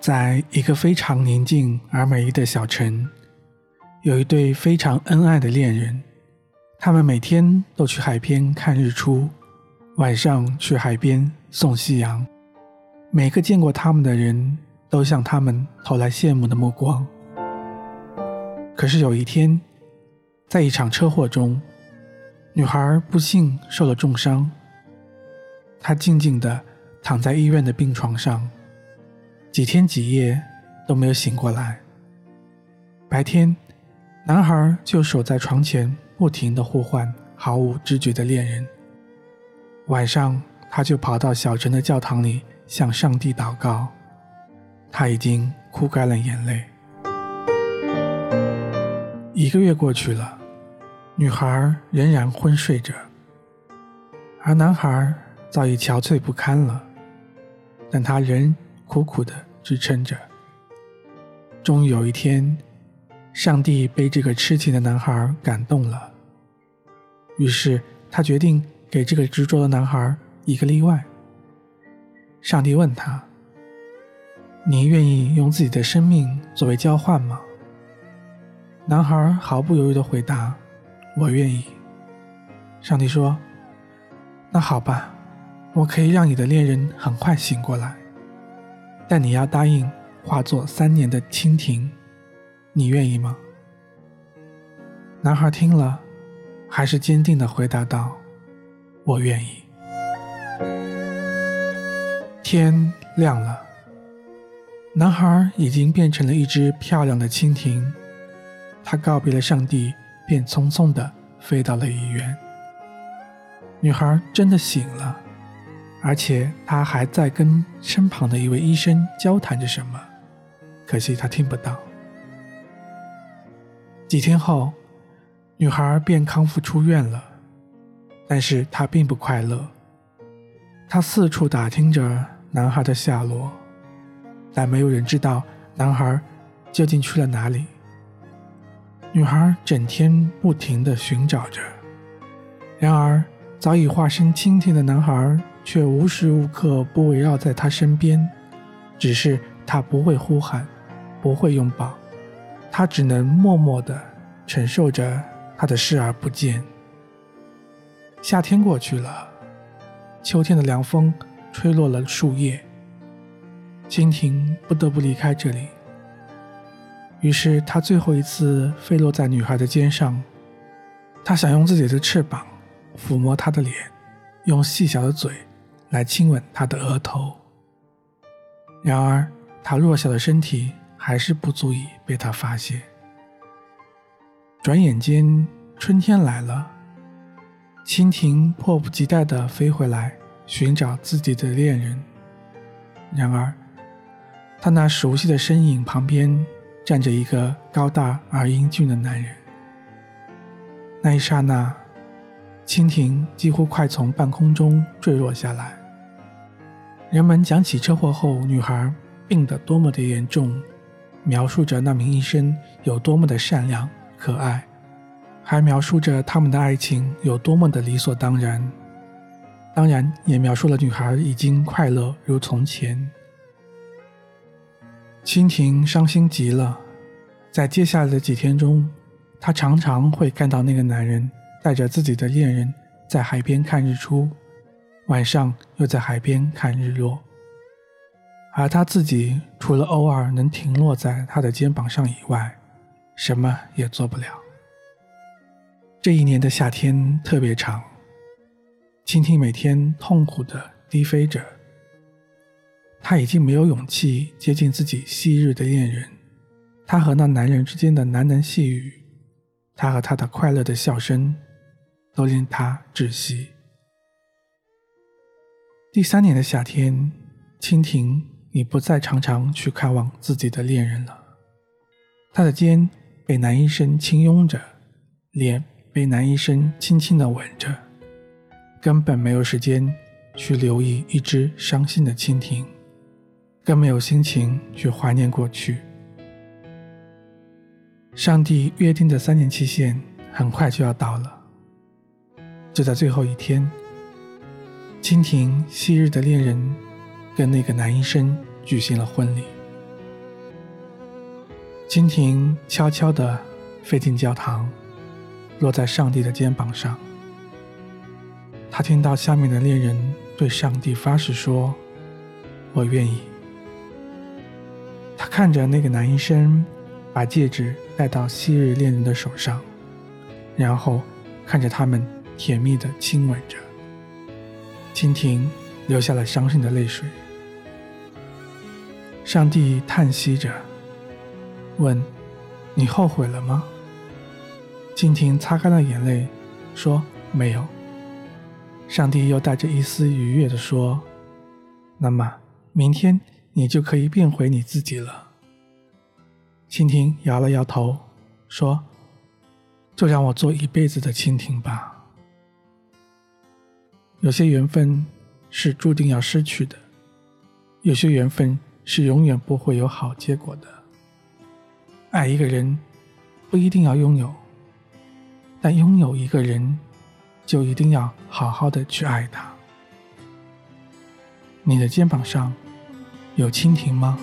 在一个非常宁静而美丽的小城，有一对非常恩爱的恋人，他们每天都去海边看日出，晚上去海边送夕阳。每个见过他们的人都向他们投来羡慕的目光。可是有一天，在一场车祸中，女孩不幸受了重伤，她静静地躺在医院的病床上，几天几夜都没有醒过来。白天，男孩就守在床前，不停地呼唤毫无知觉的恋人。晚上，他就跑到小城的教堂里向上帝祷告，他已经哭干了眼泪。1个月过去了，女孩仍然昏睡着，而男孩早已憔悴不堪了，但他仍苦苦地支撑着。终于有一天，上帝被这个痴情的男孩感动了，于是他决定给这个执着的男孩一个例外。上帝问他：你愿意用自己的生命作为交换吗？男孩毫不犹豫地回答：我愿意。上帝说：那好吧，我可以让你的恋人很快醒过来，但你要答应化作3年的蜻蜓，你愿意吗？男孩听了，还是坚定地回答道：我愿意。天亮了，男孩已经变成了一只漂亮的蜻蜓，他告别了上帝，便匆匆地飞到了医院。女孩真的醒了，而且她还在跟身旁的一位医生交谈着什么，可惜她听不到。几天后，女孩便康复出院了，但是她并不快乐。她四处打听着男孩的下落，但没有人知道男孩究竟去了哪里。女孩整天不停地寻找着，然而早已化身蜻蜓的男孩却无时无刻不围绕在她身边，只是他不会呼喊，不会拥抱，他只能默默地承受着他的视而不见。夏天过去了，秋天的凉风吹落了树叶，蜻蜓不得不离开这里。于是他最后一次飞落在女孩的肩上，他想用自己的翅膀抚摸她的脸，用细小的嘴来亲吻她的额头。然而他弱小的身体还是不足以被他发现。转眼间春天来了，蜻蜓迫不及待地飞回来寻找自己的恋人。然而他那熟悉的身影旁边站着一个高大而英俊的男人。那一刹那，蜻蜓几乎快从半空中坠落下来。人们讲起车祸后女孩病得多么的严重，描述着那名医生有多么的善良可爱，还描述着他们的爱情有多么的理所当然，当然也描述了女孩已经快乐如从前。蜻蜓伤心极了，在接下来的几天中，她常常会看到那个男人带着自己的恋人在海边看日出，晚上又在海边看日落，而她自己除了偶尔能停落在他的肩膀上以外，什么也做不了。这1年的夏天特别长，蜻蜓每天痛苦地低飞着，他已经没有勇气接近自己昔日的恋人，他和那男人之间的喃喃细语，他和他的快乐的笑声，都令他窒息。第3年的夏天，蜻蜓已不再常常去看望自己的恋人了。他的肩被男医生轻拥着，脸被男医生轻轻地吻着，根本没有时间去留意一只伤心的蜻蜓，更没有心情去怀念过去。上帝约定的3年期限很快就要到了。就在最后一天，蜻蜓昔日的恋人跟那个男医生举行了婚礼。 金婷悄悄地飞进教堂，落在上帝的肩膀上。他听到下面的恋人对上帝发誓说：我愿意。他看着那个男医生把戒指戴到昔日恋人的手上，然后看着他们甜蜜地亲吻着。金婷流下了伤心的泪水。上帝叹息着问：你后悔了吗？金婷擦干了眼泪说：没有。上帝又带着一丝愉悦地说：那么明天你就可以变回你自己了。蜻蜓摇了摇头说：就让我做一辈子的蜻蜓吧。有些缘分是注定要失去的，有些缘分是永远不会有好结果的。爱一个人不一定要拥有，但拥有一个人就一定要好好的去爱他。你的肩膀上有蜻蜓吗？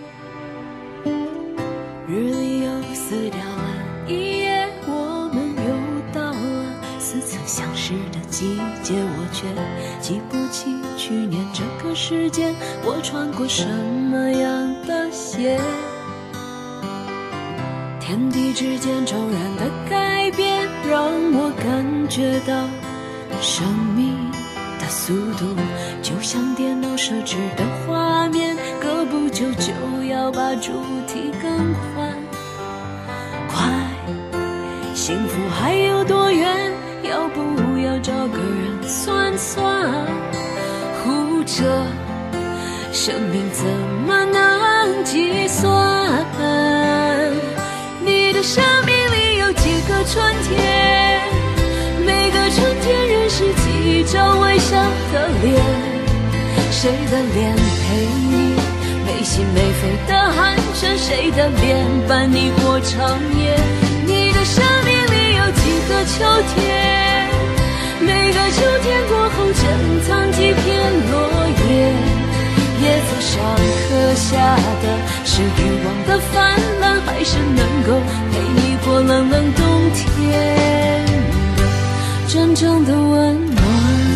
日历又撕掉了一页，我们又到了似曾相识的季节，我却记不起去年这个时间我穿过什么样的鞋。天地之间骤然的改变，让我感觉到生命的速度就像电脑设置的画面，隔不久就要把主题更换。快，幸福还有多远？要不要找个人算算？或者生命怎么能计算？你的生命里有几个春天？每个春天认识几张微笑的脸，谁的脸陪你没心没肺的寒暄？谁的脸伴你过长夜？你的生命里有几个秋天？每个秋天过后珍藏几片落叶，叶子上刻下的是欲望的泛滥，还是能够陪你过冷冷冬天真正的温暖？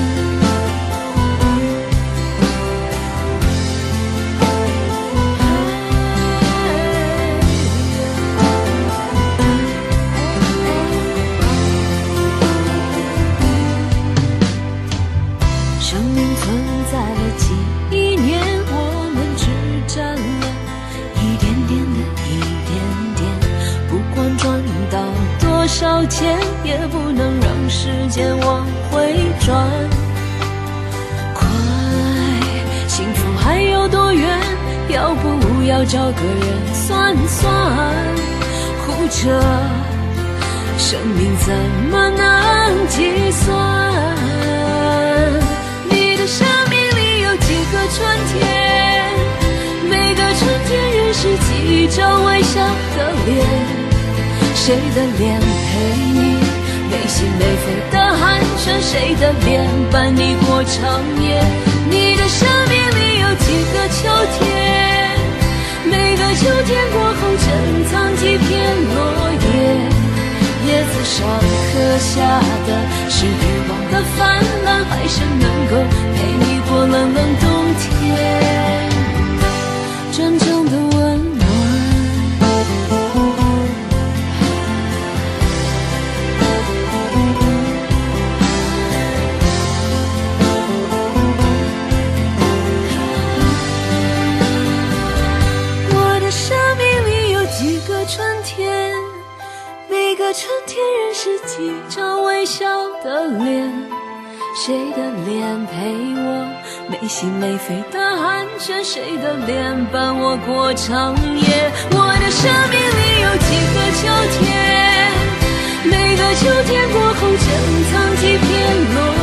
生命存在了几亿年，我们只占了一点点的一点点，不管赚到多少钱，也不能让时间往回转。快，幸福还有多远？要不要找个人算算？或者生命怎么能计算？你的生命里有几个春天？每个春天认识几张微笑的脸，谁的脸陪你没心没肺的寒暄？谁的脸伴你过长夜？你的生命里有几个秋天？每个秋天过后珍藏几片落叶，叶子上刻下的是欲望的泛滥，还是能够陪你过冷冷冬天真正的温暖？我的生命里有几个春天？每个春天认识几张微笑的脸，谁的脸陪我没心没肺的寒暄？谁的脸伴我过长夜？我的生命里有几个秋天？每个秋天过后珍藏几片落